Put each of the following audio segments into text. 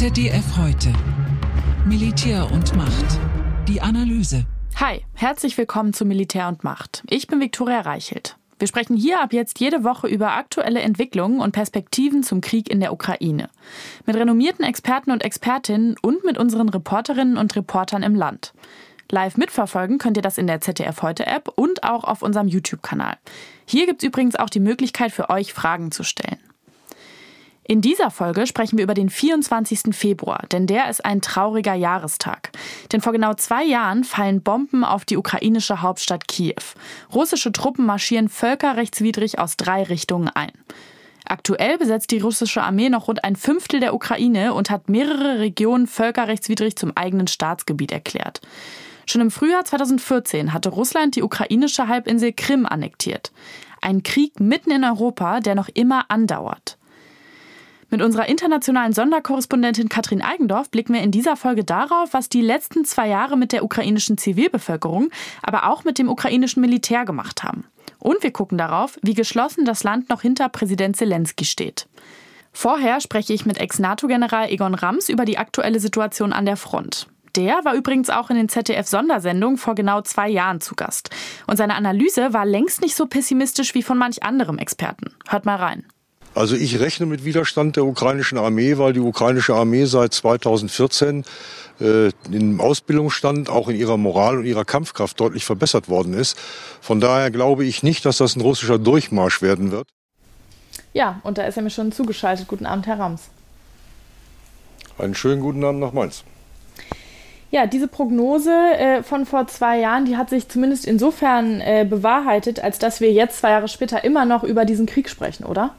ZDF heute. Militär und Macht. Die Analyse. Hi, herzlich willkommen zu Militär und Macht. Ich bin Viktoria Reichelt. Wir sprechen hier ab jetzt jede Woche über aktuelle Entwicklungen und Perspektiven zum Krieg in der Ukraine. Mit renommierten Experten und Expertinnen und mit unseren Reporterinnen und Reportern im Land. Live mitverfolgen könnt ihr das in der ZDF heute App und auch auf unserem YouTube-Kanal. Hier gibt es übrigens auch die Möglichkeit für euch, Fragen zu stellen. In dieser Folge sprechen wir über den 24. Februar, denn der ist ein trauriger Jahrestag. Denn vor genau 2 Jahren fallen Bomben auf die ukrainische Hauptstadt Kiew. Russische Truppen marschieren völkerrechtswidrig aus 3 Richtungen ein. Aktuell besetzt die russische Armee noch rund ein Fünftel der Ukraine und hat mehrere Regionen völkerrechtswidrig zum eigenen Staatsgebiet erklärt. Schon im Frühjahr 2014 hatte Russland die ukrainische Halbinsel Krim annektiert. Ein Krieg mitten in Europa, der noch immer andauert. Mit unserer internationalen Sonderkorrespondentin Katrin Eigendorf blicken wir in dieser Folge darauf, was die letzten 2 Jahre mit der ukrainischen Zivilbevölkerung, aber auch mit dem ukrainischen Militär gemacht haben. Und wir gucken darauf, wie geschlossen das Land noch hinter Präsident Selenskyj steht. Vorher spreche ich mit Ex-NATO-General Egon Rams über die aktuelle Situation an der Front. Der war übrigens auch in den ZDF-Sondersendungen vor genau 2 Jahren zu Gast. Und seine Analyse war längst nicht so pessimistisch wie von manch anderem Experten. Hört mal rein. Also ich rechne mit Widerstand der ukrainischen Armee, weil die ukrainische Armee seit 2014 im Ausbildungsstand, auch in ihrer Moral und ihrer Kampfkraft deutlich verbessert worden ist. Von daher glaube ich nicht, dass das ein russischer Durchmarsch werden wird. Ja, und da ist er mir schon zugeschaltet. Guten Abend, Herr Rams. Einen schönen guten Abend nach Mainz. Ja, diese Prognose von vor 2 Jahren, die hat sich zumindest insofern bewahrheitet, als dass wir jetzt 2 Jahre später immer noch über diesen Krieg sprechen, oder?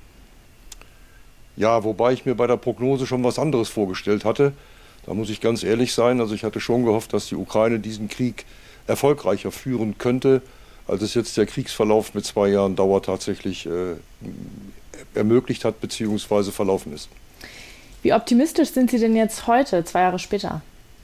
Ja, wobei ich mir bei der Prognose schon was anderes vorgestellt hatte. Da muss ich ganz ehrlich sein. Also ich hatte schon gehofft, dass die Ukraine diesen Krieg erfolgreicher führen könnte, als es jetzt der Kriegsverlauf mit 2 Jahren Dauer tatsächlich ermöglicht hat bzw. verlaufen ist. Wie optimistisch sind Sie denn jetzt heute, 2 Jahre später?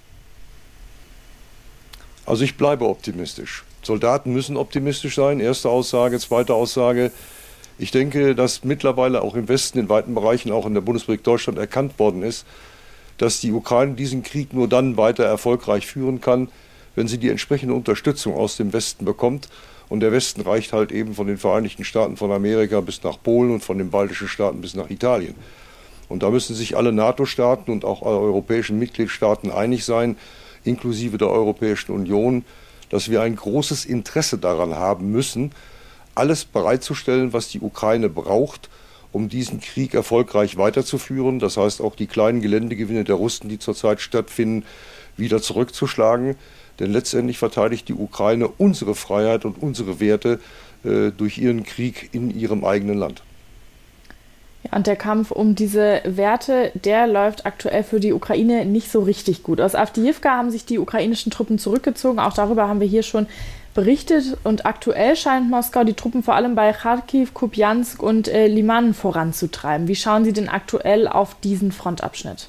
Also ich bleibe optimistisch. Soldaten müssen optimistisch sein. Erste Aussage, zweite Aussage. Ich denke, dass mittlerweile auch im Westen, in weiten Bereichen, auch in der Bundesrepublik Deutschland erkannt worden ist, dass die Ukraine diesen Krieg nur dann weiter erfolgreich führen kann, wenn sie die entsprechende Unterstützung aus dem Westen bekommt. Und der Westen reicht halt eben von den Vereinigten Staaten von Amerika bis nach Polen und von den baltischen Staaten bis nach Italien. Und da müssen sich alle NATO-Staaten und auch alle europäischen Mitgliedstaaten einig sein, inklusive der Europäischen Union, dass wir ein großes Interesse daran haben müssen, alles bereitzustellen, was die Ukraine braucht, um diesen Krieg erfolgreich weiterzuführen. Das heißt, auch die kleinen Geländegewinne der Russen, die zurzeit stattfinden, wieder zurückzuschlagen. Denn letztendlich verteidigt die Ukraine unsere Freiheit und unsere Werte durch ihren Krieg in ihrem eigenen Land. Ja, und der Kampf um diese Werte, der läuft aktuell für die Ukraine nicht so richtig gut. Aus Awdijiwka haben sich die ukrainischen Truppen zurückgezogen. Auch darüber haben wir hier schon berichtet. Und aktuell scheint Moskau die Truppen vor allem bei Charkiw, Kupjansk und Liman voranzutreiben. Wie schauen Sie denn aktuell auf diesen Frontabschnitt?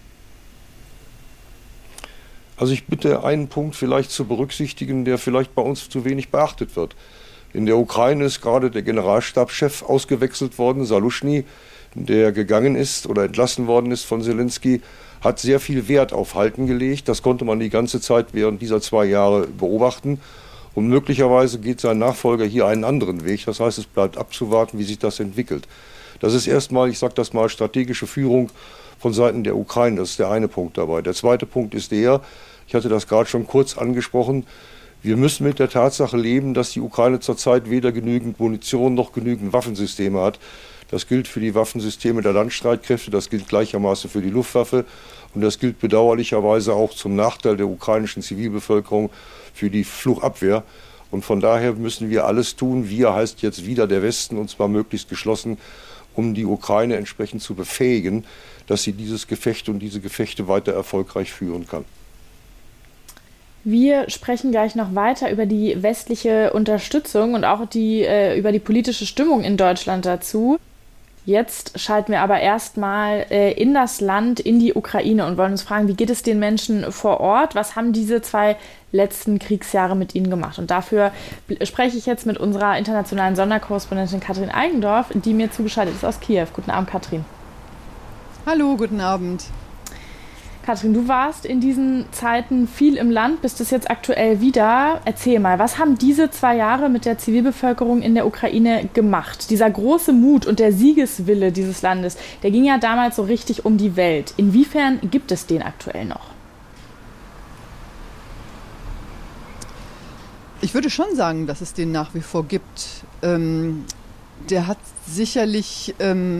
Also ich bitte einen Punkt vielleicht zu berücksichtigen, der vielleicht bei uns zu wenig beachtet wird. In der Ukraine ist gerade der Generalstabschef ausgewechselt worden, Saluschny, der gegangen ist oder entlassen worden ist von Selenskyj, hat sehr viel Wert auf Halten gelegt. Das konnte man die ganze Zeit während dieser 2 Jahre beobachten. Und möglicherweise geht sein Nachfolger hier einen anderen Weg. Das heißt, es bleibt abzuwarten, wie sich das entwickelt. Das ist erstmal, ich sage das mal, strategische Führung von Seiten der Ukraine. Das ist der eine Punkt dabei. Der zweite Punkt ist der, ich hatte das gerade schon kurz angesprochen, wir müssen mit der Tatsache leben, dass die Ukraine zurzeit weder genügend Munition noch genügend Waffensysteme hat. Das gilt für die Waffensysteme der Landstreitkräfte, das gilt gleichermaßen für die Luftwaffe und das gilt bedauerlicherweise auch zum Nachteil der ukrainischen Zivilbevölkerung für die Flugabwehr. Und von daher müssen wir alles tun, wir heißt jetzt wieder der Westen, und zwar möglichst geschlossen, um die Ukraine entsprechend zu befähigen, dass sie dieses Gefecht und diese Gefechte weiter erfolgreich führen kann. Wir sprechen gleich noch weiter über die westliche Unterstützung und auch über die politische Stimmung in Deutschland dazu. Jetzt schalten wir aber erstmal in das Land, in die Ukraine und wollen uns fragen, wie geht es den Menschen vor Ort? Was haben diese 2 letzten Kriegsjahre mit ihnen gemacht? Und dafür spreche ich jetzt mit unserer internationalen Sonderkorrespondentin Katrin Eigendorf, die mir zugeschaltet ist aus Kiew. Guten Abend, Katrin. Hallo, guten Abend. Katrin, du warst in diesen Zeiten viel im Land, bist es jetzt aktuell wieder. Erzähl mal, was haben diese 2 Jahre mit der Zivilbevölkerung in der Ukraine gemacht? Dieser große Mut und der Siegeswille dieses Landes, der ging ja damals so richtig um die Welt. Inwiefern gibt es den aktuell noch? Ich würde schon sagen, dass es den nach wie vor gibt. Der hat sicherlich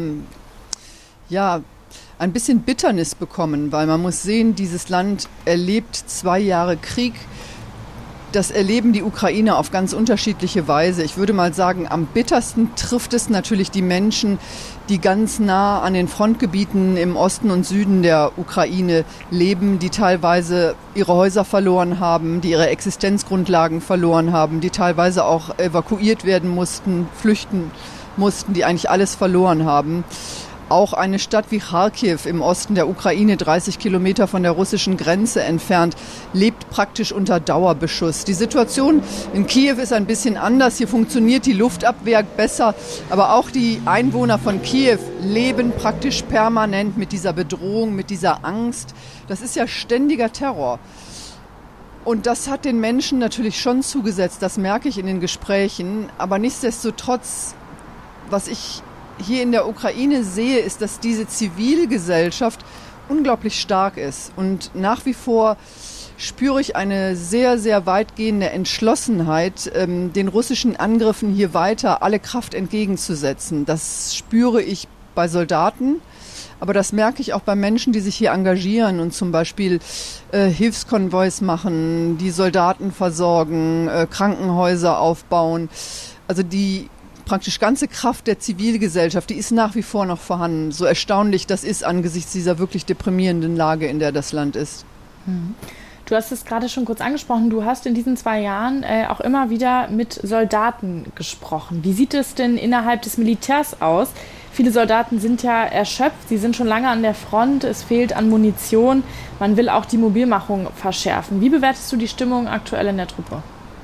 ein bisschen Bitternis bekommen, weil man muss sehen, dieses Land erlebt 2 Jahre Krieg. Das erleben die Ukrainer auf ganz unterschiedliche Weise. Ich würde mal sagen, am bittersten trifft es natürlich die Menschen, die ganz nah an den Frontgebieten im Osten und Süden der Ukraine leben, die teilweise ihre Häuser verloren haben, die ihre Existenzgrundlagen verloren haben, die teilweise auch evakuiert werden mussten, flüchten mussten, die eigentlich alles verloren haben. Auch eine Stadt wie Charkiw im Osten der Ukraine, 30 Kilometer von der russischen Grenze entfernt, lebt praktisch unter Dauerbeschuss. Die Situation in Kiew ist ein bisschen anders. Hier funktioniert die Luftabwehr besser. Aber auch die Einwohner von Kiew leben praktisch permanent mit dieser Bedrohung, mit dieser Angst. Das ist ja ständiger Terror. Und das hat den Menschen natürlich schon zugesetzt. Das merke ich in den Gesprächen. Aber nichtsdestotrotz, was ich hier in der Ukraine sehe, ist, dass diese Zivilgesellschaft unglaublich stark ist. Und nach wie vor spüre ich eine sehr, sehr weitgehende Entschlossenheit, den russischen Angriffen hier weiter alle Kraft entgegenzusetzen. Das spüre ich bei Soldaten, aber das merke ich auch bei Menschen, die sich hier engagieren und zum Beispiel Hilfskonvois machen, die Soldaten versorgen, Krankenhäuser aufbauen. Also die praktisch ganze Kraft der Zivilgesellschaft, die ist nach wie vor noch vorhanden. So erstaunlich das ist angesichts dieser wirklich deprimierenden Lage, in der das Land ist. Du hast es gerade schon kurz angesprochen, du hast in diesen 2 Jahren auch immer wieder mit Soldaten gesprochen. Wie sieht es denn innerhalb des Militärs aus? Viele Soldaten sind ja erschöpft, sie sind schon lange an der Front, es fehlt an Munition, man will auch die Mobilmachung verschärfen. Wie bewertest du die Stimmung aktuell in der Truppe?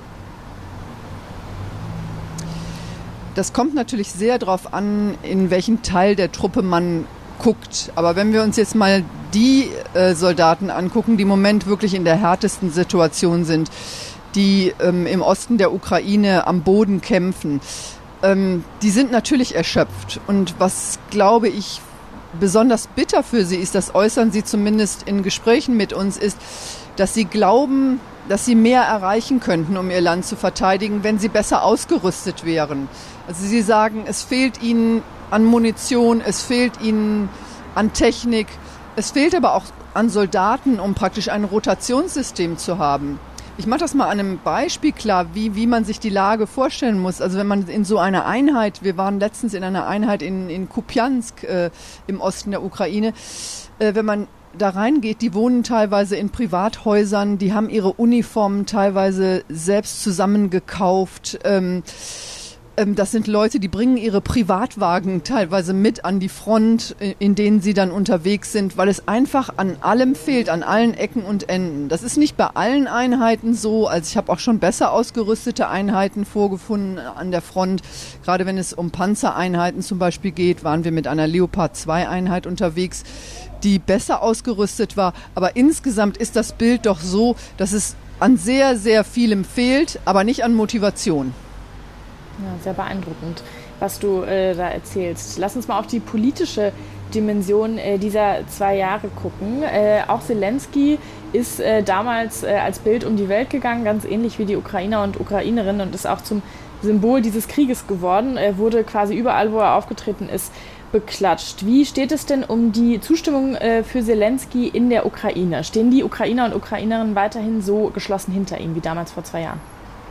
Das kommt natürlich sehr darauf an, in welchen Teil der Truppe man guckt. Aber wenn wir uns jetzt mal die Soldaten angucken, die im Moment wirklich in der härtesten Situation sind, die im Osten der Ukraine am Boden kämpfen, die sind natürlich erschöpft. Und was, glaube ich, besonders bitter für sie ist, das äußern sie zumindest in Gesprächen mit uns, ist, dass sie glauben, dass sie mehr erreichen könnten, um ihr Land zu verteidigen, wenn sie besser ausgerüstet wären. Also sie sagen, es fehlt ihnen an Munition, es fehlt ihnen an Technik, es fehlt aber auch an Soldaten, um praktisch ein Rotationssystem zu haben. Ich mache das mal an einem Beispiel klar, wie man sich die Lage vorstellen muss. Also wenn man in so einer Einheit, wir waren letztens in einer Einheit in Kupiansk im Osten der Ukraine, wenn man da reingeht, die wohnen teilweise in Privathäusern, die haben ihre Uniformen teilweise selbst zusammengekauft. Das sind Leute, die bringen ihre Privatwagen teilweise mit an die Front, in denen sie dann unterwegs sind, weil es einfach an allem fehlt, an allen Ecken und Enden. Das ist nicht bei allen Einheiten so. Also ich habe auch schon besser ausgerüstete Einheiten vorgefunden an der Front. Gerade wenn es um Panzereinheiten zum Beispiel geht, waren wir mit einer Leopard 2 Einheit unterwegs, die besser ausgerüstet war. Aber insgesamt ist das Bild doch so, dass es an sehr, sehr vielem fehlt, aber nicht an Motivation. Ja, sehr beeindruckend, was du da erzählst. Lass uns mal auf die politische Dimension dieser 2 Jahre gucken. Auch Zelensky ist damals als Bild um die Welt gegangen, ganz ähnlich wie die Ukrainer und Ukrainerinnen, und ist auch zum Symbol dieses Krieges geworden. Er wurde quasi überall, wo er aufgetreten ist, beklatscht. Wie steht es denn um die Zustimmung für Zelensky in der Ukraine? Stehen die Ukrainer und Ukrainerinnen weiterhin so geschlossen hinter ihm wie damals vor 2 Jahren?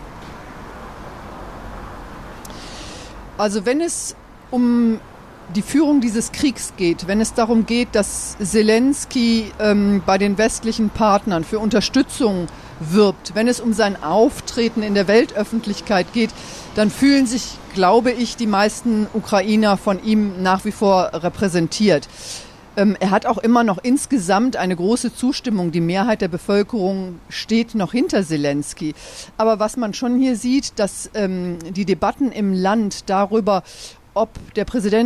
Also wenn es um die Führung dieses Kriegs geht, wenn es darum geht, dass Zelensky bei den westlichen Partnern für Unterstützung wirbt, wenn es um sein Auftreten in der Weltöffentlichkeit geht, dann fühlen sich, glaube ich, die meisten Ukrainer von ihm nach wie vor repräsentiert. Er hat auch immer noch insgesamt eine große Zustimmung. Die Mehrheit der Bevölkerung steht noch hinter Zelensky. Aber was man schon hier sieht, dass die Debatten im Land darüber, ob der Präsident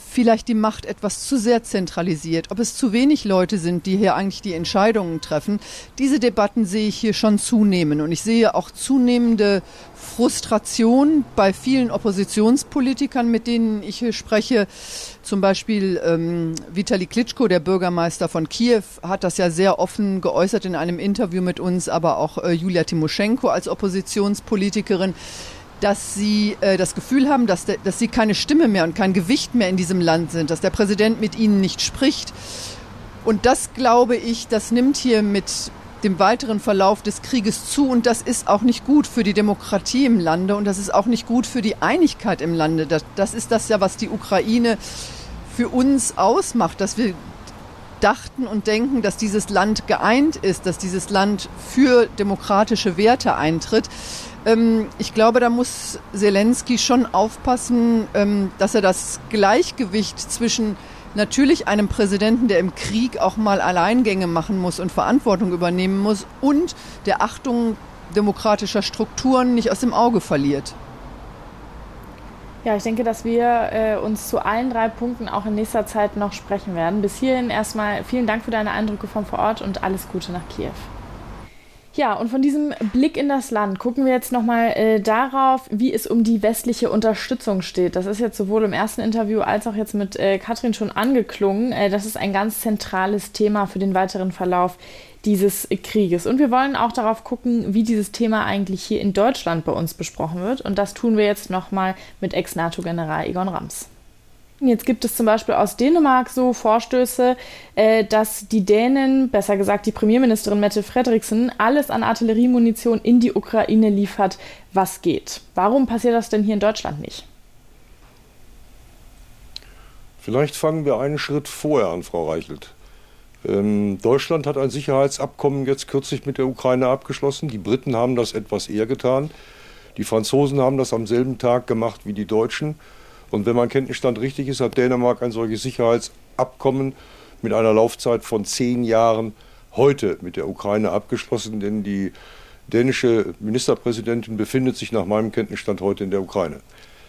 vielleicht die Macht etwas zu sehr zentralisiert, ob es zu wenig Leute sind, die hier eigentlich die Entscheidungen treffen. Diese Debatten sehe ich hier schon zunehmen und ich sehe auch zunehmende Frustration bei vielen Oppositionspolitikern, mit denen ich hier spreche. Zum Beispiel Vitali Klitschko, der Bürgermeister von Kiew, hat das ja sehr offen geäußert in einem Interview mit uns, aber auch Julia Timoschenko als Oppositionspolitikerin, dass sie das Gefühl haben, dass sie keine Stimme mehr und kein Gewicht mehr in diesem Land sind, dass der Präsident mit ihnen nicht spricht. Und das, glaube ich, das nimmt hier mit dem weiteren Verlauf des Krieges zu und das ist auch nicht gut für die Demokratie im Lande und das ist auch nicht gut für die Einigkeit im Lande. Das ist das ja, was die Ukraine für uns ausmacht, dass wir dachten und denken, dass dieses Land geeint ist, dass dieses Land für demokratische Werte eintritt. Ich glaube, da muss Zelensky schon aufpassen, dass er das Gleichgewicht zwischen natürlich einem Präsidenten, der im Krieg auch mal Alleingänge machen muss und Verantwortung übernehmen muss, und der Achtung demokratischer Strukturen nicht aus dem Auge verliert. Ja, ich denke, dass wir uns zu allen 3 Punkten auch in nächster Zeit noch sprechen werden. Bis hierhin erstmal vielen Dank für deine Eindrücke von vor Ort und alles Gute nach Kiew. Ja, und von diesem Blick in das Land gucken wir jetzt nochmal darauf, wie es um die westliche Unterstützung steht. Das ist jetzt sowohl im ersten Interview als auch jetzt mit Katrin schon angeklungen. Das ist ein ganz zentrales Thema für den weiteren Verlauf dieses Krieges. Und wir wollen auch darauf gucken, wie dieses Thema eigentlich hier in Deutschland bei uns besprochen wird. Und das tun wir jetzt nochmal mit Ex-NATO-General Egon Rams. Jetzt gibt es zum Beispiel aus Dänemark so Vorstöße, dass die Dänen, besser gesagt die Premierministerin Mette Frederiksen, alles an Artilleriemunition in die Ukraine liefert, was geht. Warum passiert das denn hier in Deutschland nicht? Vielleicht fangen wir einen Schritt vorher an, Frau Reichelt. Deutschland hat ein Sicherheitsabkommen jetzt kürzlich mit der Ukraine abgeschlossen. Die Briten haben das etwas eher getan. Die Franzosen haben das am selben Tag gemacht wie die Deutschen. Und wenn mein Kenntnisstand richtig ist, hat Dänemark ein solches Sicherheitsabkommen mit einer Laufzeit von 10 Jahren heute mit der Ukraine abgeschlossen, denn die dänische Ministerpräsidentin befindet sich nach meinem Kenntnisstand heute in der Ukraine.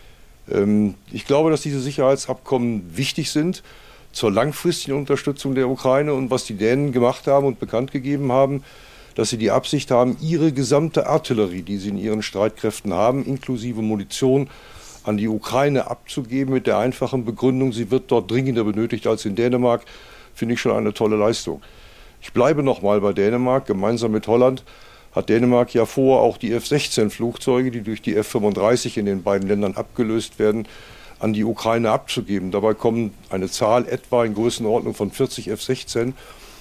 Ich glaube, dass diese Sicherheitsabkommen wichtig sind zur langfristigen Unterstützung der Ukraine und was die Dänen gemacht haben und bekannt gegeben haben, dass sie die Absicht haben, ihre gesamte Artillerie, die sie in ihren Streitkräften haben, inklusive Munition, an die Ukraine abzugeben mit der einfachen Begründung, sie wird dort dringender benötigt als in Dänemark, finde ich schon eine tolle Leistung. Ich bleibe nochmal bei Dänemark. Gemeinsam mit Holland hat Dänemark ja vor, auch die F-16-Flugzeuge, die durch die F-35 in den beiden Ländern abgelöst werden, an die Ukraine abzugeben. Dabei kommen eine Zahl etwa in Größenordnung von 40 F-16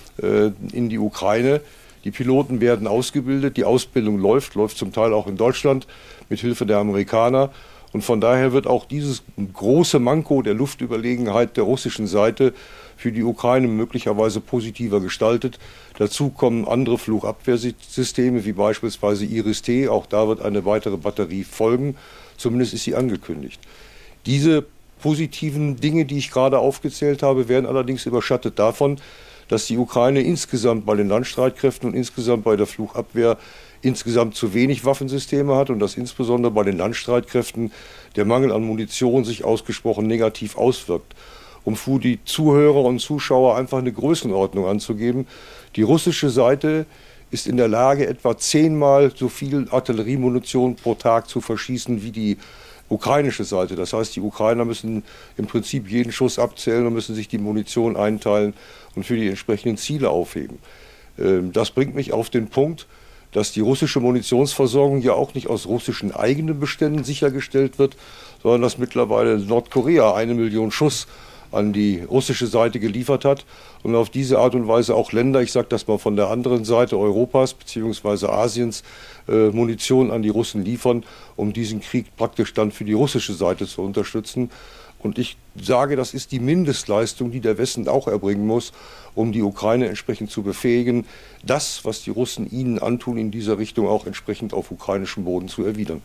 in die Ukraine. Die Piloten werden ausgebildet, die Ausbildung läuft zum Teil auch in Deutschland mit Hilfe der Amerikaner. Und von daher wird auch dieses große Manko der Luftüberlegenheit der russischen Seite für die Ukraine möglicherweise positiver gestaltet. Dazu kommen andere Flugabwehrsysteme wie beispielsweise Iris-T. Auch da wird eine weitere Batterie folgen. Zumindest ist sie angekündigt. Diese positiven Dinge, die ich gerade aufgezählt habe, werden allerdings überschattet davon, dass die Ukraine insgesamt bei den Landstreitkräften und insgesamt bei der Flugabwehr insgesamt zu wenig Waffensysteme hat und dass insbesondere bei den Landstreitkräften der Mangel an Munition sich ausgesprochen negativ auswirkt. Um für die Zuhörer und Zuschauer einfach eine Größenordnung anzugeben, die russische Seite ist in der Lage, etwa 10-mal so viel Artilleriemunition pro Tag zu verschießen wie die ukrainische Seite. Das heißt, die Ukrainer müssen im Prinzip jeden Schuss abzählen und müssen sich die Munition einteilen und für die entsprechenden Ziele aufheben. Das bringt mich auf den Punkt, dass die russische Munitionsversorgung ja auch nicht aus russischen eigenen Beständen sichergestellt wird, sondern dass mittlerweile Nordkorea 1 Million Schuss an die russische Seite geliefert hat und auf diese Art und Weise auch Länder, ich sage das mal von der anderen Seite Europas bzw. Asiens, Munition an die Russen liefern, um diesen Krieg praktisch dann für die russische Seite zu unterstützen. Und ich sage, das ist die Mindestleistung, die der Westen auch erbringen muss, um die Ukraine entsprechend zu befähigen, das, was die Russen ihnen antun, in dieser Richtung auch entsprechend auf ukrainischem Boden zu erwidern.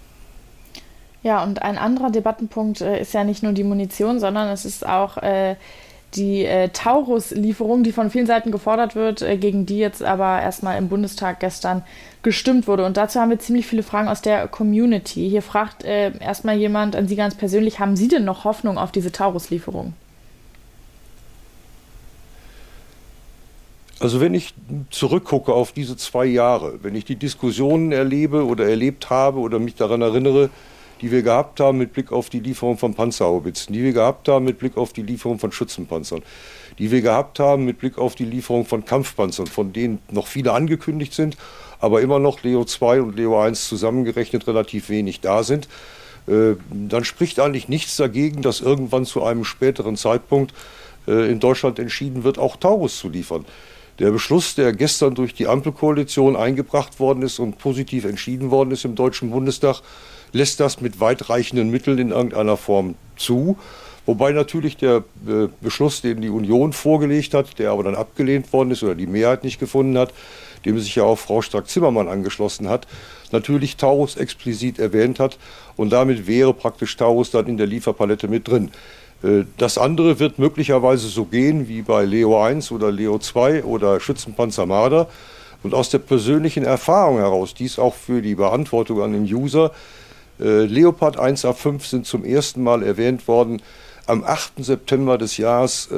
Ja, und ein anderer Debattenpunkt ist ja nicht nur die Munition, sondern es ist auch die Taurus-Lieferung, die von vielen Seiten gefordert wird, gegen die jetzt aber erstmal im Bundestag gestern gestimmt wurde. Und dazu haben wir ziemlich viele Fragen aus der Community. Hier fragt erstmal jemand an Sie ganz persönlich, haben Sie denn noch Hoffnung auf diese Taurus-Lieferung? Also wenn ich zurückgucke auf diese 2 Jahre, wenn ich die Diskussionen erlebe oder erlebt habe oder mich daran erinnere, die wir gehabt haben mit Blick auf die Lieferung von Panzerhaubitzen, die wir gehabt haben mit Blick auf die Lieferung von Schützenpanzern, die wir gehabt haben mit Blick auf die Lieferung von Kampfpanzern, von denen noch viele angekündigt sind, aber immer noch Leo 2 und Leo 1 zusammengerechnet relativ wenig da sind, dann spricht eigentlich nichts dagegen, dass irgendwann zu einem späteren Zeitpunkt in Deutschland entschieden wird, auch Taurus zu liefern. Der Beschluss, der gestern durch die Ampelkoalition eingebracht worden ist und positiv entschieden worden ist im Deutschen Bundestag, lässt das mit weitreichenden Mitteln in irgendeiner Form zu. Wobei natürlich der Beschluss, den die Union vorgelegt hat, der aber dann abgelehnt worden ist oder die Mehrheit nicht gefunden hat, dem sich ja auch Frau Strack-Zimmermann angeschlossen hat, natürlich Taurus explizit erwähnt hat. Und damit wäre praktisch Taurus dann in der Lieferpalette mit drin. Das andere wird möglicherweise so gehen wie bei Leo 1 oder Leo 2 oder Schützenpanzer Marder. Und aus der persönlichen Erfahrung heraus, dies auch für die Beantwortung an den User, Leopard 1A5 sind zum ersten Mal erwähnt worden am 8. September des Jahres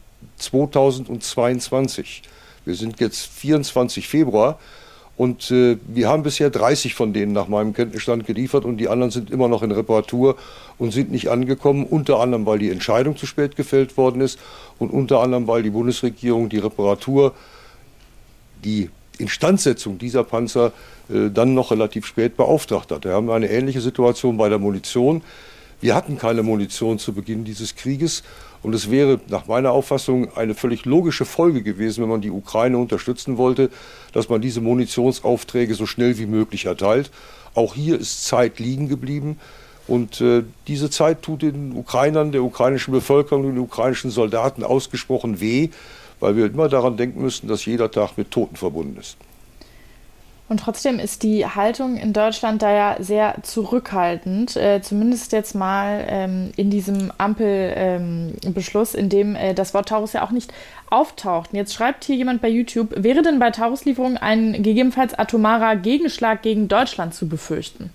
2022. Wir sind jetzt 24 Februar. Und wir haben bisher 30 von denen nach meinem Kenntnisstand geliefert und die anderen sind immer noch in Reparatur und sind nicht angekommen, unter anderem, weil die Entscheidung zu spät gefällt worden ist und unter anderem, weil die Bundesregierung die Reparatur, die Instandsetzung dieser Panzer dann noch relativ spät beauftragt hat. Wir haben eine ähnliche Situation bei der Munition. Wir hatten keine Munition zu Beginn dieses Krieges. Und es wäre nach meiner Auffassung eine völlig logische Folge gewesen, wenn man die Ukraine unterstützen wollte, dass man diese Munitionsaufträge so schnell wie möglich erteilt. Auch hier ist Zeit liegen geblieben. Und diese Zeit tut den Ukrainern, der ukrainischen Bevölkerung und den ukrainischen Soldaten ausgesprochen weh, weil wir immer daran denken müssen, dass jeder Tag mit Toten verbunden ist. Und trotzdem ist die Haltung in Deutschland da ja sehr zurückhaltend, zumindest jetzt mal in diesem Ampelbeschluss, in dem das Wort Taurus ja auch nicht auftaucht. Und jetzt schreibt hier jemand bei YouTube, wäre denn bei Taurus-Lieferungen ein gegebenenfalls atomarer Gegenschlag gegen Deutschland zu befürchten?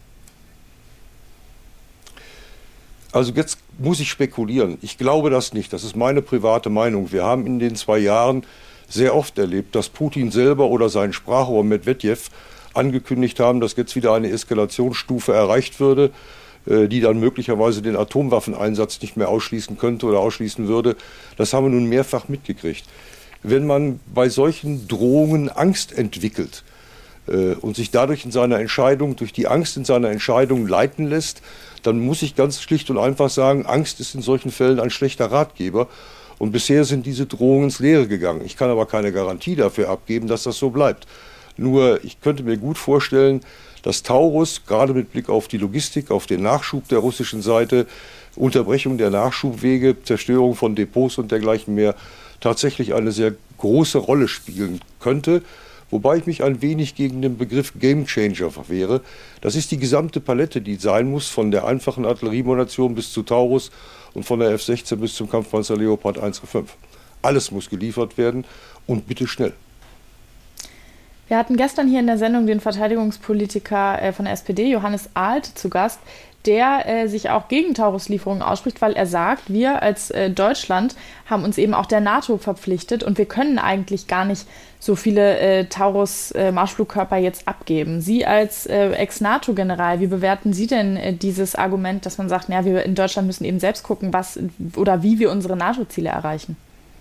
Also jetzt muss ich spekulieren. Ich glaube das nicht. Das ist meine private Meinung. Wir haben in den 2 Jahren sehr oft erlebt, dass Putin selber oder sein Sprachrohr Medvedev angekündigt haben, dass jetzt wieder eine Eskalationsstufe erreicht würde, die dann möglicherweise den Atomwaffeneinsatz nicht mehr ausschließen könnte oder ausschließen würde. Das haben wir nun mehrfach mitgekriegt. Wenn man bei solchen Drohungen Angst entwickelt und sich dadurch in seiner Entscheidung, durch die Angst in seiner Entscheidung leiten lässt, dann muss ich ganz schlicht und einfach sagen, Angst ist in solchen Fällen ein schlechter Ratgeber. Und bisher sind diese Drohungen ins Leere gegangen. Ich kann aber keine Garantie dafür abgeben, dass das so bleibt. Nur, ich könnte mir gut vorstellen, dass Taurus, gerade mit Blick auf die Logistik, auf den Nachschub der russischen Seite, Unterbrechung der Nachschubwege, Zerstörung von Depots und dergleichen mehr, tatsächlich eine sehr große Rolle spielen könnte. Wobei ich mich ein wenig gegen den Begriff Gamechanger verwehre. Das ist die gesamte Palette, die sein muss, von der einfachen Artilleriemunition bis zu Taurus und von der F-16 bis zum Kampfpanzer Leopard 1A5. Alles muss geliefert werden und bitte schnell. Wir hatten gestern hier in der Sendung den Verteidigungspolitiker von der SPD, Johannes Ahlt, zu Gast, der sich auch gegen Taurus-Lieferungen ausspricht, weil er sagt, wir als Deutschland haben uns eben auch der NATO verpflichtet und wir können eigentlich gar nicht so viele Taurus-Marschflugkörper jetzt abgeben. Sie als Ex-NATO-General, wie bewerten Sie denn dieses Argument, dass man sagt, naja, wir in Deutschland müssen eben selbst gucken, was oder wie wir unsere NATO-Ziele erreichen?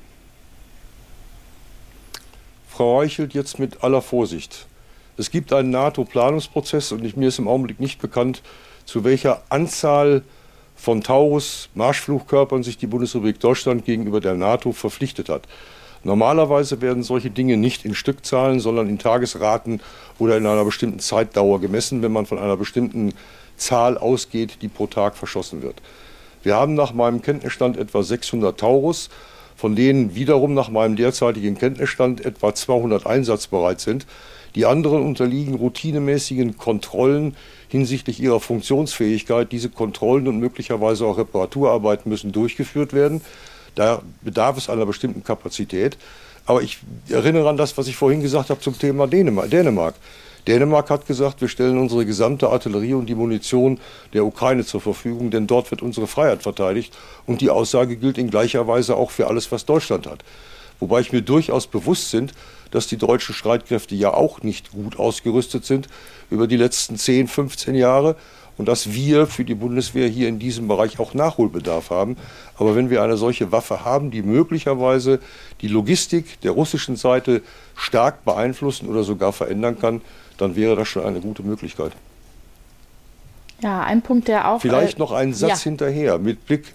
Frau Reichelt, jetzt mit aller Vorsicht. Es gibt einen NATO-Planungsprozess und mir ist im Augenblick nicht bekannt, zu welcher Anzahl von Taurus-Marschflugkörpern sich die Bundesrepublik Deutschland gegenüber der NATO verpflichtet hat. Normalerweise werden solche Dinge nicht in Stückzahlen, sondern in Tagesraten oder in einer bestimmten Zeitdauer gemessen, wenn man von einer bestimmten Zahl ausgeht, die pro Tag verschossen wird. Wir haben nach meinem Kenntnisstand etwa 600 Taurus, von denen wiederum nach meinem derzeitigen Kenntnisstand etwa 200 einsatzbereit sind. Die anderen unterliegen routinemäßigen Kontrollen hinsichtlich ihrer Funktionsfähigkeit. Diese Kontrollen und möglicherweise auch Reparaturarbeiten müssen durchgeführt werden. Da bedarf es einer bestimmten Kapazität. Aber ich erinnere an das, was ich vorhin gesagt habe zum Thema Dänemark. Dänemark hat gesagt, wir stellen unsere gesamte Artillerie und die Munition der Ukraine zur Verfügung, denn dort wird unsere Freiheit verteidigt. Und die Aussage gilt in gleicher Weise auch für alles, was Deutschland hat. Wobei ich mir durchaus bewusst bin, dass die deutschen Streitkräfte ja auch nicht gut ausgerüstet sind über die letzten 10, 15 Jahre und dass wir für die Bundeswehr hier in diesem Bereich auch Nachholbedarf haben. Aber wenn wir eine solche Waffe haben, die möglicherweise die Logistik der russischen Seite stark beeinflussen oder sogar verändern kann, dann wäre das schon eine gute Möglichkeit. Ja, ein Punkt, der auch... Vielleicht noch einen Satz hinterher mit Blick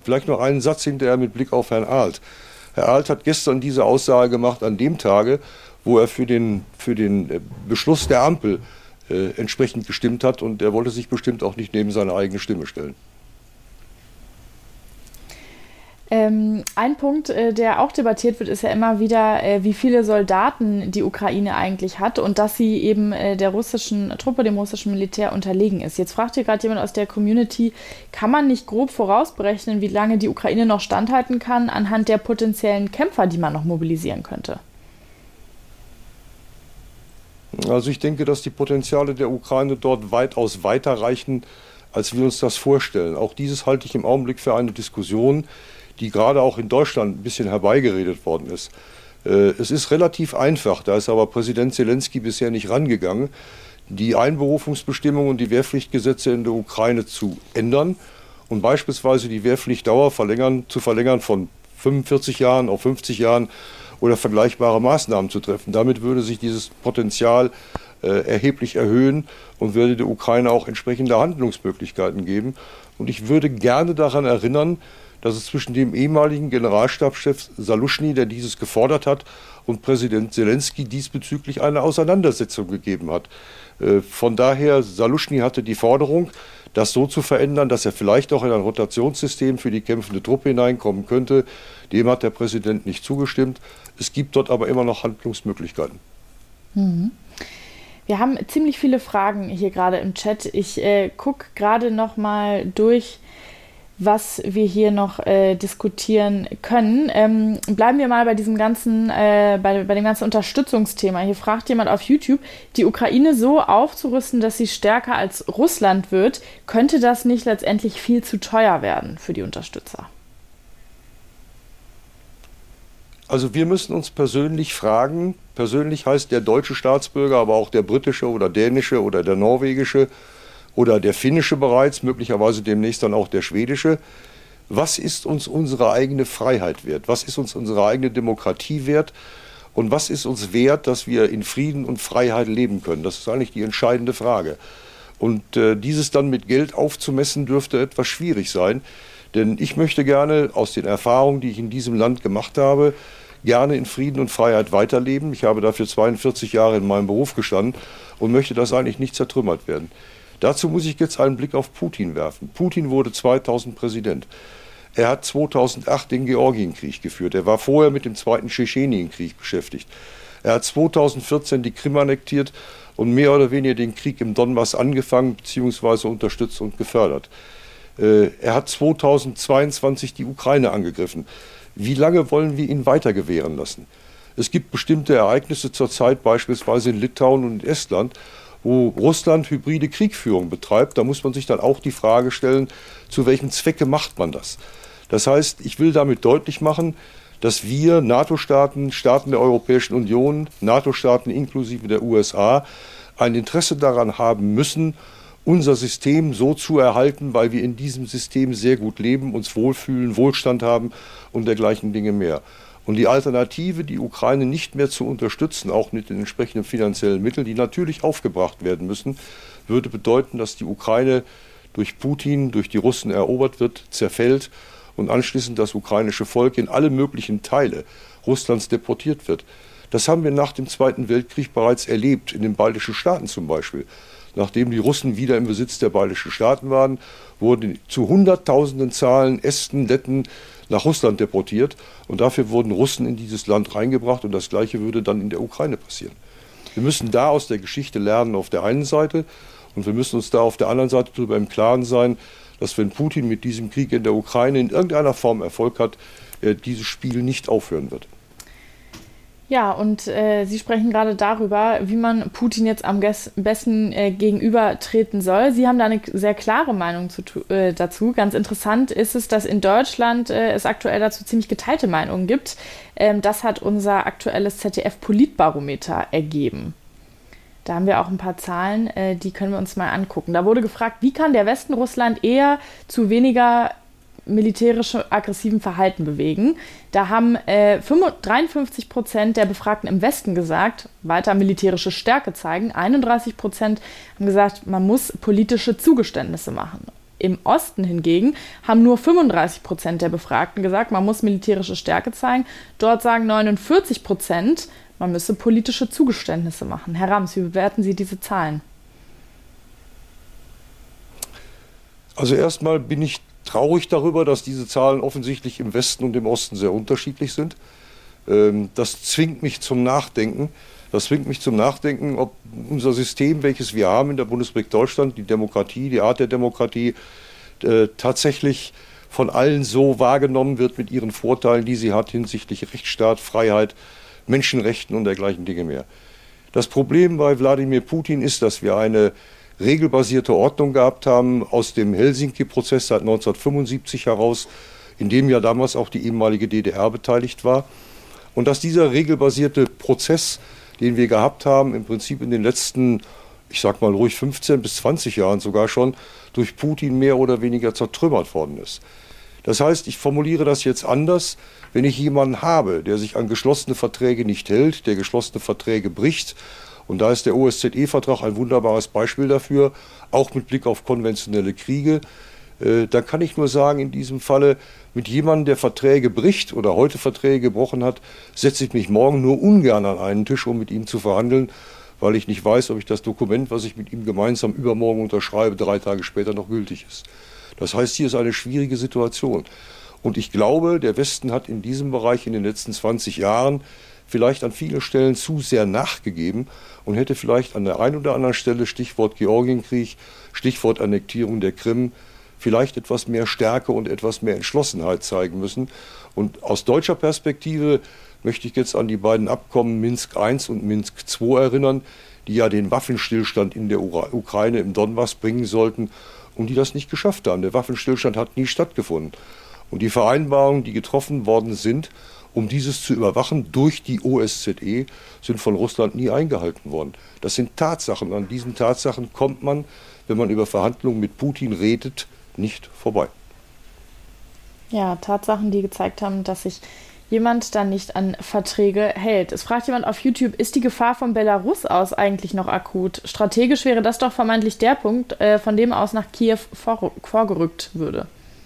auf Herrn Arlt. Herr Arlt hat gestern diese Aussage gemacht an dem Tage, wo er für den Beschluss der Ampel entsprechend gestimmt hat, und er wollte sich bestimmt auch nicht neben seine eigene Stimme stellen. Ein Punkt, der auch debattiert wird, ist ja immer wieder, wie viele Soldaten die Ukraine eigentlich hat und dass sie eben der russischen Truppe, dem russischen Militär unterlegen ist. Jetzt fragt hier gerade jemand aus der Community, kann man nicht grob vorausberechnen, wie lange die Ukraine noch standhalten kann anhand der potenziellen Kämpfer, die man noch mobilisieren könnte? Also ich denke, dass die Potenziale der Ukraine dort weitaus weiter reichen, als wir uns das vorstellen. Auch dieses halte ich im Augenblick für eine Diskussion, die gerade auch in Deutschland ein bisschen herbeigeredet worden ist. Es ist relativ einfach, da ist aber Präsident Zelensky bisher nicht rangegangen, die Einberufungsbestimmungen und die Wehrpflichtgesetze in der Ukraine zu ändern und beispielsweise die Wehrpflichtdauer zu verlängern von 45 Jahren auf 50 Jahren oder vergleichbare Maßnahmen zu treffen. Damit würde sich dieses Potenzial erheblich erhöhen und würde der Ukraine auch entsprechende Handlungsmöglichkeiten geben. Und ich würde gerne daran erinnern, dass es zwischen dem ehemaligen Generalstabschef Saluschny, der dieses gefordert hat, und Präsident Zelensky diesbezüglich eine Auseinandersetzung gegeben hat. Von daher, Saluschny hatte die Forderung, das so zu verändern, dass er vielleicht auch in ein Rotationssystem für die kämpfende Truppe hineinkommen könnte. Dem hat der Präsident nicht zugestimmt. Es gibt dort aber immer noch Handlungsmöglichkeiten. Mhm. Wir haben ziemlich viele Fragen hier gerade im Chat. Ich gucke gerade noch mal durch, was wir hier noch diskutieren können. Bleiben wir mal bei diesem ganzen, bei dem ganzen Unterstützungsthema. Hier fragt jemand auf YouTube, die Ukraine so aufzurüsten, dass sie stärker als Russland wird, könnte das nicht letztendlich viel zu teuer werden für die Unterstützer? Also wir müssen uns persönlich fragen, persönlich heißt der deutsche Staatsbürger, aber auch der britische oder dänische oder der norwegische oder der finnische bereits, möglicherweise demnächst dann auch der schwedische. Was ist uns unsere eigene Freiheit wert? Was ist uns unsere eigene Demokratie wert? Und was ist uns wert, dass wir in Frieden und Freiheit leben können? Das ist eigentlich die entscheidende Frage. Und dieses dann mit Geld aufzumessen, dürfte etwas schwierig sein. Denn ich möchte gerne aus den Erfahrungen, die ich in diesem Land gemacht habe, gerne in Frieden und Freiheit weiterleben. Ich habe dafür 42 Jahre in meinem Beruf gestanden und möchte, dass eigentlich nicht zertrümmert werden. Dazu muss ich jetzt einen Blick auf Putin werfen. Putin wurde 2000 Präsident. Er hat 2008 den Georgienkrieg geführt. Er war vorher mit dem zweiten Tschetschenienkrieg beschäftigt. Er hat 2014 die Krim annektiert und mehr oder weniger den Krieg im Donbass angefangen bzw. unterstützt und gefördert. Er hat 2022 die Ukraine angegriffen. Wie lange wollen wir ihn weiter gewähren lassen? Es gibt bestimmte Ereignisse zurzeit, beispielsweise in Litauen und in Estland, wo Russland hybride Kriegführung betreibt. Da muss man sich dann auch die Frage stellen, zu welchem Zwecke macht man das? Das heißt, ich will damit deutlich machen, dass wir NATO-Staaten, Staaten der Europäischen Union, NATO-Staaten inklusive der USA, ein Interesse daran haben müssen, unser System so zu erhalten, weil wir in diesem System sehr gut leben, uns wohlfühlen, Wohlstand haben und dergleichen Dinge mehr. Und die Alternative, die Ukraine nicht mehr zu unterstützen, auch mit den entsprechenden finanziellen Mitteln, die natürlich aufgebracht werden müssen, würde bedeuten, dass die Ukraine durch Putin, durch die Russen erobert wird, zerfällt und anschließend das ukrainische Volk in alle möglichen Teile Russlands deportiert wird. Das haben wir nach dem Zweiten Weltkrieg bereits erlebt, in den baltischen Staaten zum Beispiel. Nachdem die Russen wieder im Besitz der baltischen Staaten waren, wurden zu Hunderttausenden Zahlen Esten, Letten nach Russland deportiert. Und dafür wurden Russen in dieses Land reingebracht. Und das Gleiche würde dann in der Ukraine passieren. Wir müssen da aus der Geschichte lernen auf der einen Seite. Und wir müssen uns da auf der anderen Seite darüber im Klaren sein, dass wenn Putin mit diesem Krieg in der Ukraine in irgendeiner Form Erfolg hat, er dieses Spiel nicht aufhören wird. Ja, und Sie sprechen gerade darüber, wie man Putin jetzt am besten gegenübertreten soll. Sie haben da eine sehr klare Meinung dazu. Ganz interessant ist es, dass in Deutschland es aktuell dazu ziemlich geteilte Meinungen gibt. Das hat unser aktuelles ZDF-Politbarometer ergeben. Da haben wir auch ein paar Zahlen, die können wir uns mal angucken. Da wurde gefragt, wie kann der Westen Russland eher zu weniger militärische aggressiven Verhalten bewegen. Da haben 53% der Befragten im Westen gesagt, weiter militärische Stärke zeigen. 31% haben gesagt, man muss politische Zugeständnisse machen. Im Osten hingegen haben nur 35% der Befragten gesagt, man muss militärische Stärke zeigen. Dort sagen 49%, man müsse politische Zugeständnisse machen. Herr Rams, wie bewerten Sie diese Zahlen? Also erstmal bin ich traurig darüber, dass diese Zahlen offensichtlich im Westen und im Osten sehr unterschiedlich sind. Das zwingt mich zum Nachdenken. Das zwingt mich zum Nachdenken, ob unser System, welches wir haben in der Bundesrepublik Deutschland, die Demokratie, die Art der Demokratie, tatsächlich von allen so wahrgenommen wird mit ihren Vorteilen, die sie hat hinsichtlich Rechtsstaat, Freiheit, Menschenrechten und dergleichen Dinge mehr. Das Problem bei Wladimir Putin ist, dass wir eine regelbasierte Ordnung gehabt haben aus dem Helsinki-Prozess seit 1975 heraus, in dem ja damals auch die ehemalige DDR beteiligt war. Und dass dieser regelbasierte Prozess, den wir gehabt haben, im Prinzip in den letzten, ich sag mal ruhig 15 bis 20 Jahren sogar schon, durch Putin mehr oder weniger zertrümmert worden ist. Das heißt, ich formuliere das jetzt anders, wenn ich jemanden habe, der sich an geschlossene Verträge nicht hält, der geschlossene Verträge bricht, und da ist der OSZE-Vertrag ein wunderbares Beispiel dafür, auch mit Blick auf konventionelle Kriege. Da kann ich nur sagen, in diesem Falle, mit jemandem, der Verträge bricht oder heute Verträge gebrochen hat, setze ich mich morgen nur ungern an einen Tisch, um mit ihm zu verhandeln, weil ich nicht weiß, ob ich das Dokument, was ich mit ihm gemeinsam übermorgen unterschreibe, 3 Tage später noch gültig ist. Das heißt, hier ist eine schwierige Situation. Und ich glaube, der Westen hat in diesem Bereich in den letzten 20 Jahren vielleicht an vielen Stellen zu sehr nachgegeben und hätte vielleicht an der einen oder anderen Stelle, Stichwort Georgienkrieg, Stichwort Annektierung der Krim, vielleicht etwas mehr Stärke und etwas mehr Entschlossenheit zeigen müssen. Und aus deutscher Perspektive möchte ich jetzt an die beiden Abkommen Minsk I und Minsk II erinnern, die ja den Waffenstillstand in der Ukraine im Donbass bringen sollten und die das nicht geschafft haben. Der Waffenstillstand hat nie stattgefunden. Und die Vereinbarungen, die getroffen worden sind, um dieses zu überwachen durch die OSZE, sind von Russland nie eingehalten worden. Das sind Tatsachen. An diesen Tatsachen kommt man, wenn man über Verhandlungen mit Putin redet, nicht vorbei. Ja, Tatsachen, die gezeigt haben, dass sich jemand dann nicht an Verträge hält. Es fragt jemand auf YouTube, ist die Gefahr von Belarus aus eigentlich noch akut? Strategisch wäre das doch vermeintlich der Punkt, von dem aus nach Kiew vorgerückt würde.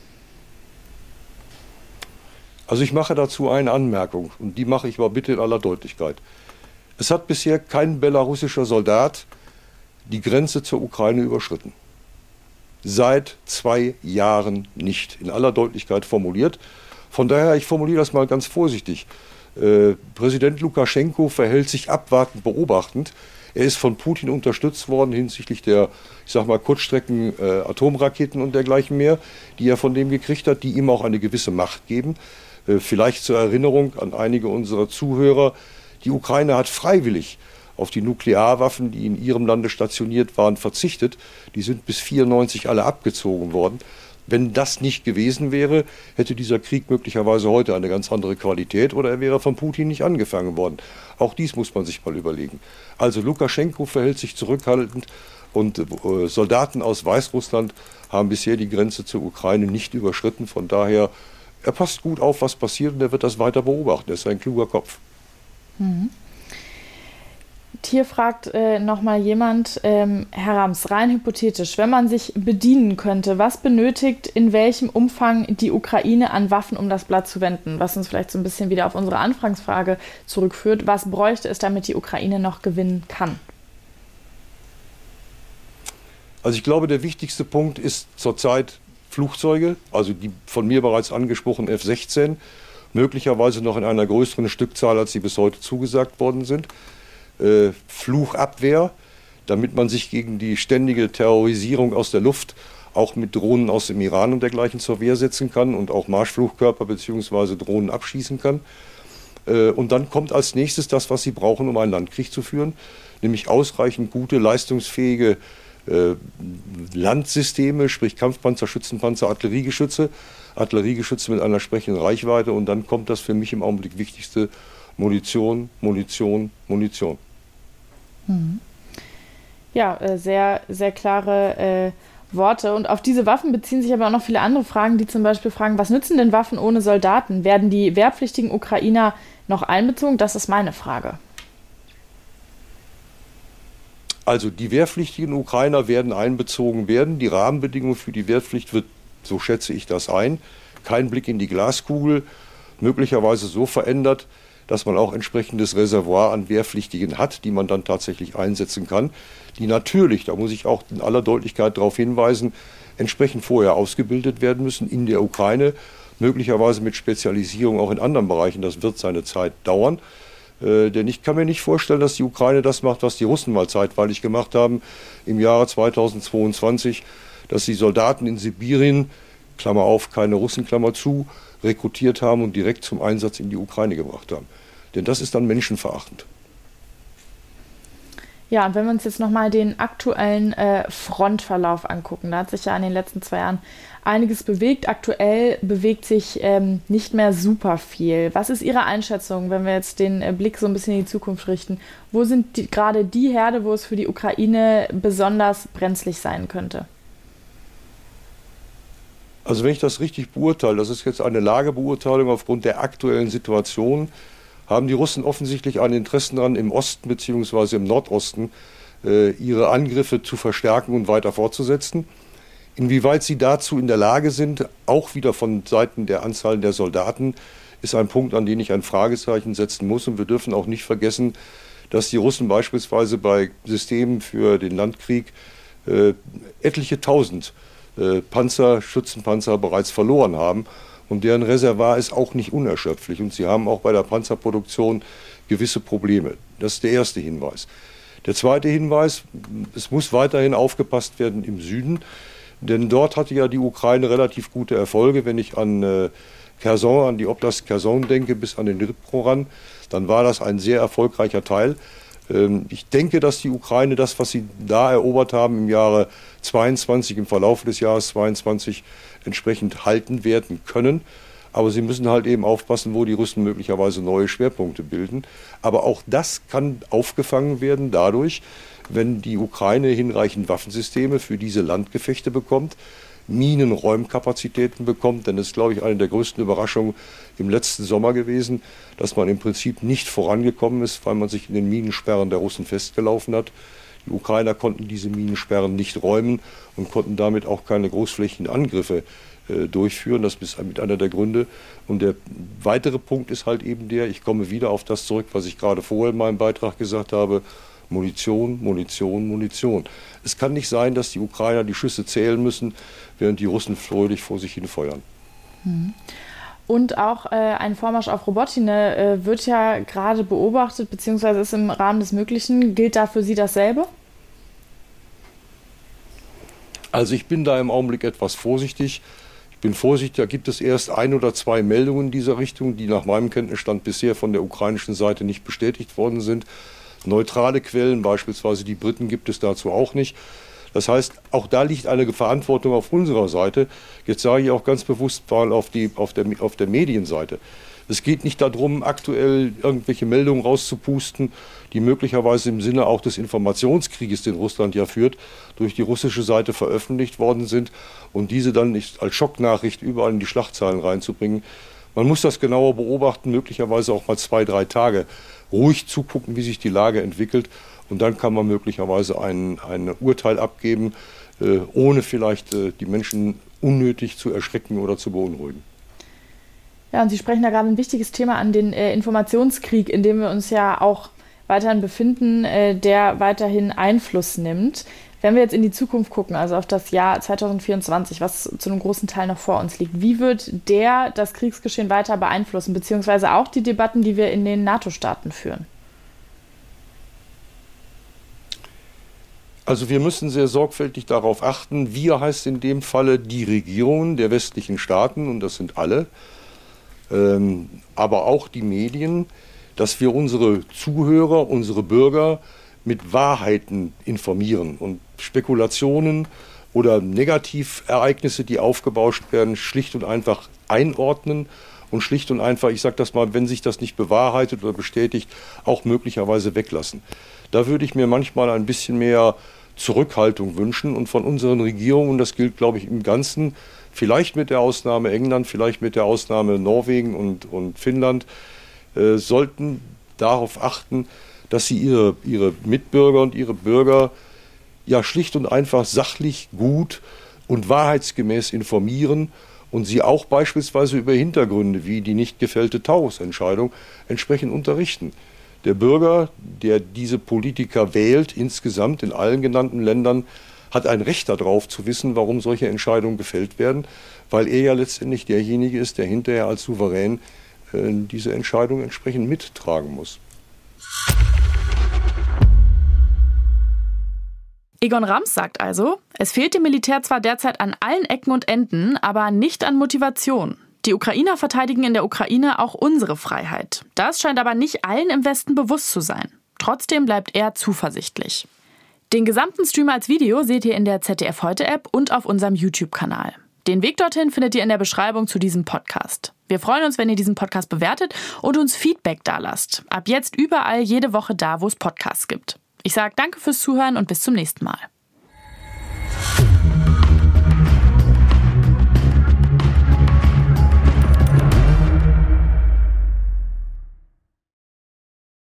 Also ich mache dazu eine Anmerkung und die mache ich aber bitte in aller Deutlichkeit. Es hat bisher kein belarussischer Soldat die Grenze zur Ukraine überschritten. Seit 2 Jahren nicht, in aller Deutlichkeit formuliert. Von daher, ich formuliere das mal ganz vorsichtig. Präsident Lukaschenko verhält sich abwartend beobachtend. Er ist von Putin unterstützt worden hinsichtlich der, ich sag mal, Kurzstrecken Atomraketen und dergleichen mehr, die er von dem gekriegt hat, die ihm auch eine gewisse Macht geben. Vielleicht zur Erinnerung an einige unserer Zuhörer, die Ukraine hat freiwillig auf die Nuklearwaffen, die in ihrem Lande stationiert waren, verzichtet. Die sind bis 1994 alle abgezogen worden. Wenn das nicht gewesen wäre, hätte dieser Krieg möglicherweise heute eine ganz andere Qualität oder er wäre von Putin nicht angefangen worden. Auch dies muss man sich mal überlegen. Also Lukaschenko verhält sich zurückhaltend und Soldaten aus Weißrussland haben bisher die Grenze zur Ukraine nicht überschritten. Von daher, er passt gut auf, was passiert und er wird das weiter beobachten. Er ist ein kluger Kopf. Mhm. Hier fragt nochmal jemand, Herr Rams, rein hypothetisch, wenn man sich bedienen könnte, was benötigt in welchem Umfang die Ukraine an Waffen, um das Blatt zu wenden? Was uns vielleicht so ein bisschen wieder auf unsere Anfangsfrage zurückführt. Was bräuchte es, damit die Ukraine noch gewinnen kann? Also ich glaube, der wichtigste Punkt ist zurzeit Flugzeuge, also die von mir bereits angesprochenen F-16, möglicherweise noch in einer größeren Stückzahl, als sie bis heute zugesagt worden sind. Flugabwehr, damit man sich gegen die ständige Terrorisierung aus der Luft auch mit Drohnen aus dem Iran und dergleichen zur Wehr setzen kann und auch Marschflugkörper bzw. Drohnen abschießen kann. Und dann kommt als nächstes das, was sie brauchen, um einen Landkrieg zu führen, nämlich ausreichend gute, leistungsfähige Landsysteme, sprich Kampfpanzer, Schützenpanzer, Artilleriegeschütze mit einer entsprechenden Reichweite. Und dann kommt das für mich im Augenblick Wichtigste: Munition, Munition, Munition. Ja, sehr, sehr klare Worte. Und auf diese Waffen beziehen sich aber auch noch viele andere Fragen, die zum Beispiel fragen, was nützen denn Waffen ohne Soldaten? Werden die wehrpflichtigen Ukrainer noch einbezogen? Das ist meine Frage. Also die wehrpflichtigen Ukrainer werden einbezogen werden. Die Rahmenbedingungen für die Wehrpflicht wird, so schätze ich das ein, kein Blick in die Glaskugel, möglicherweise so verändert, dass man auch entsprechendes Reservoir an Wehrpflichtigen hat, die man dann tatsächlich einsetzen kann, die natürlich, da muss ich auch in aller Deutlichkeit darauf hinweisen, entsprechend vorher ausgebildet werden müssen in der Ukraine, möglicherweise mit Spezialisierung auch in anderen Bereichen. Das wird seine Zeit dauern. Denn ich kann mir nicht vorstellen, dass die Ukraine das macht, was die Russen mal zeitweilig gemacht haben im Jahre 2022, dass sie Soldaten in Sibirien, Klammer auf, keine Russen, Klammer zu, rekrutiert haben und direkt zum Einsatz in die Ukraine gebracht haben. Denn das ist dann menschenverachtend. Ja, und wenn wir uns jetzt nochmal den aktuellen Frontverlauf angucken, da hat sich ja in den letzten 2 Jahren einiges bewegt. Aktuell bewegt sich nicht mehr super viel. Was ist Ihre Einschätzung, wenn wir jetzt den Blick so ein bisschen in die Zukunft richten? Wo sind gerade die Herde, wo es für die Ukraine besonders brenzlig sein könnte? Also wenn ich das richtig beurteile, das ist jetzt eine Lagebeurteilung aufgrund der aktuellen Situation, haben die Russen offensichtlich ein Interesse daran, im Osten bzw. im Nordosten ihre Angriffe zu verstärken und weiter fortzusetzen. Inwieweit sie dazu in der Lage sind, auch wieder von Seiten der Anzahl der Soldaten, ist ein Punkt, an den ich ein Fragezeichen setzen muss. Und wir dürfen auch nicht vergessen, dass die Russen beispielsweise bei Systemen für den Landkrieg etliche tausend Panzer, Schützenpanzer bereits verloren haben. Und deren Reservoir ist auch nicht unerschöpflich. Und sie haben auch bei der Panzerproduktion gewisse Probleme. Das ist der erste Hinweis. Der zweite Hinweis: Es muss weiterhin aufgepasst werden im Süden. Denn dort hatte ja die Ukraine relativ gute Erfolge. Wenn ich an Cherson, an die Oblast Cherson denke, bis an den Dnipro ran, dann war das ein sehr erfolgreicher Teil. Ich denke, dass die Ukraine das, was sie da erobert haben im Jahre 22, im Verlauf des Jahres 22 entsprechend halten werden können. Aber sie müssen halt eben aufpassen, wo die Russen möglicherweise neue Schwerpunkte bilden. Aber auch das kann aufgefangen werden dadurch, wenn die Ukraine hinreichend Waffensysteme für diese Landgefechte bekommt, Minenräumkapazitäten bekommt. Denn das ist, glaube ich, eine der größten Überraschungen im letzten Sommer gewesen, dass man im Prinzip nicht vorangekommen ist, weil man sich in den Minensperren der Russen festgelaufen hat. Die Ukrainer konnten diese Minensperren nicht räumen und konnten damit auch keine großflächigen Angriffe durchführen. Das ist mit einer der Gründe. Und der weitere Punkt ist halt eben der, ich komme wieder auf das zurück, was ich gerade vorher in meinem Beitrag gesagt habe: Munition, Munition, Munition. Es kann nicht sein, dass die Ukrainer die Schüsse zählen müssen, während die Russen fröhlich vor sich hin feuern. Und auch ein Vormarsch auf Robotine wird ja gerade beobachtet, beziehungsweise ist im Rahmen des Möglichen. Gilt da für Sie dasselbe? Also ich bin da im Augenblick etwas vorsichtig. Ich bin vorsichtig, da gibt es erst 1 oder 2 Meldungen in dieser Richtung, die nach meinem Kenntnisstand bisher von der ukrainischen Seite nicht bestätigt worden sind. Neutrale Quellen, beispielsweise die Briten, gibt es dazu auch nicht. Das heißt, auch da liegt eine Verantwortung auf unserer Seite. Jetzt sage ich auch ganz bewusst mal auf der Medienseite. Es geht nicht darum, aktuell irgendwelche Meldungen rauszupusten, die möglicherweise im Sinne auch des Informationskrieges, den Russland ja führt, durch die russische Seite veröffentlicht worden sind und diese dann nicht als Schocknachricht überall in die Schlagzeilen reinzubringen. Man muss das genauer beobachten, möglicherweise auch mal 2, 3 Tage ruhig zugucken, wie sich die Lage entwickelt. Und dann kann man möglicherweise ein Urteil abgeben, ohne vielleicht die Menschen unnötig zu erschrecken oder zu beunruhigen. Ja, und Sie sprechen da gerade ein wichtiges Thema an, den Informationskrieg, in dem wir uns ja auch weiterhin befinden, der weiterhin Einfluss nimmt. Wenn wir jetzt in die Zukunft gucken, also auf das Jahr 2024, was zu einem großen Teil noch vor uns liegt, wie wird der das Kriegsgeschehen weiter beeinflussen, beziehungsweise auch die Debatten, die wir in den NATO-Staaten führen? Also wir müssen sehr sorgfältig darauf achten, wir heißt in dem Falle die Regierungen der westlichen Staaten, und das sind alle, aber auch die Medien, dass wir unsere Zuhörer, unsere Bürger mit Wahrheiten informieren und Spekulationen oder Negativereignisse, die aufgebauscht werden, schlicht und einfach einordnen und schlicht und einfach, ich sage das mal, wenn sich das nicht bewahrheitet oder bestätigt, auch möglicherweise weglassen. Da würde ich mir manchmal ein bisschen mehr Zurückhaltung wünschen und von unseren Regierungen, und das gilt, glaube ich, im Ganzen, vielleicht mit der Ausnahme England, vielleicht mit der Ausnahme Norwegen und Finnland, sollten darauf achten, dass sie ihre Mitbürger und ihre Bürger ja schlicht und einfach sachlich, gut und wahrheitsgemäß informieren und sie auch beispielsweise über Hintergründe wie die nicht gefällte Taurus-Entscheidung entsprechend unterrichten. Der Bürger, der diese Politiker wählt, insgesamt in allen genannten Ländern, hat ein Recht darauf zu wissen, warum solche Entscheidungen gefällt werden, weil er ja letztendlich derjenige ist, der hinterher als Souverän diese Entscheidung entsprechend mittragen muss. Egon Rams sagt also, es fehlt dem Militär zwar derzeit an allen Ecken und Enden, aber nicht an Motivation. Die Ukrainer verteidigen in der Ukraine auch unsere Freiheit. Das scheint aber nicht allen im Westen bewusst zu sein. Trotzdem bleibt er zuversichtlich. Den gesamten Stream als Video seht ihr in der ZDF-Heute-App und auf unserem YouTube-Kanal. Den Weg dorthin findet ihr in der Beschreibung zu diesem Podcast. Wir freuen uns, wenn ihr diesen Podcast bewertet und uns Feedback dalasst. Ab jetzt überall jede Woche da, wo es Podcasts gibt. Ich sage danke fürs Zuhören und bis zum nächsten Mal.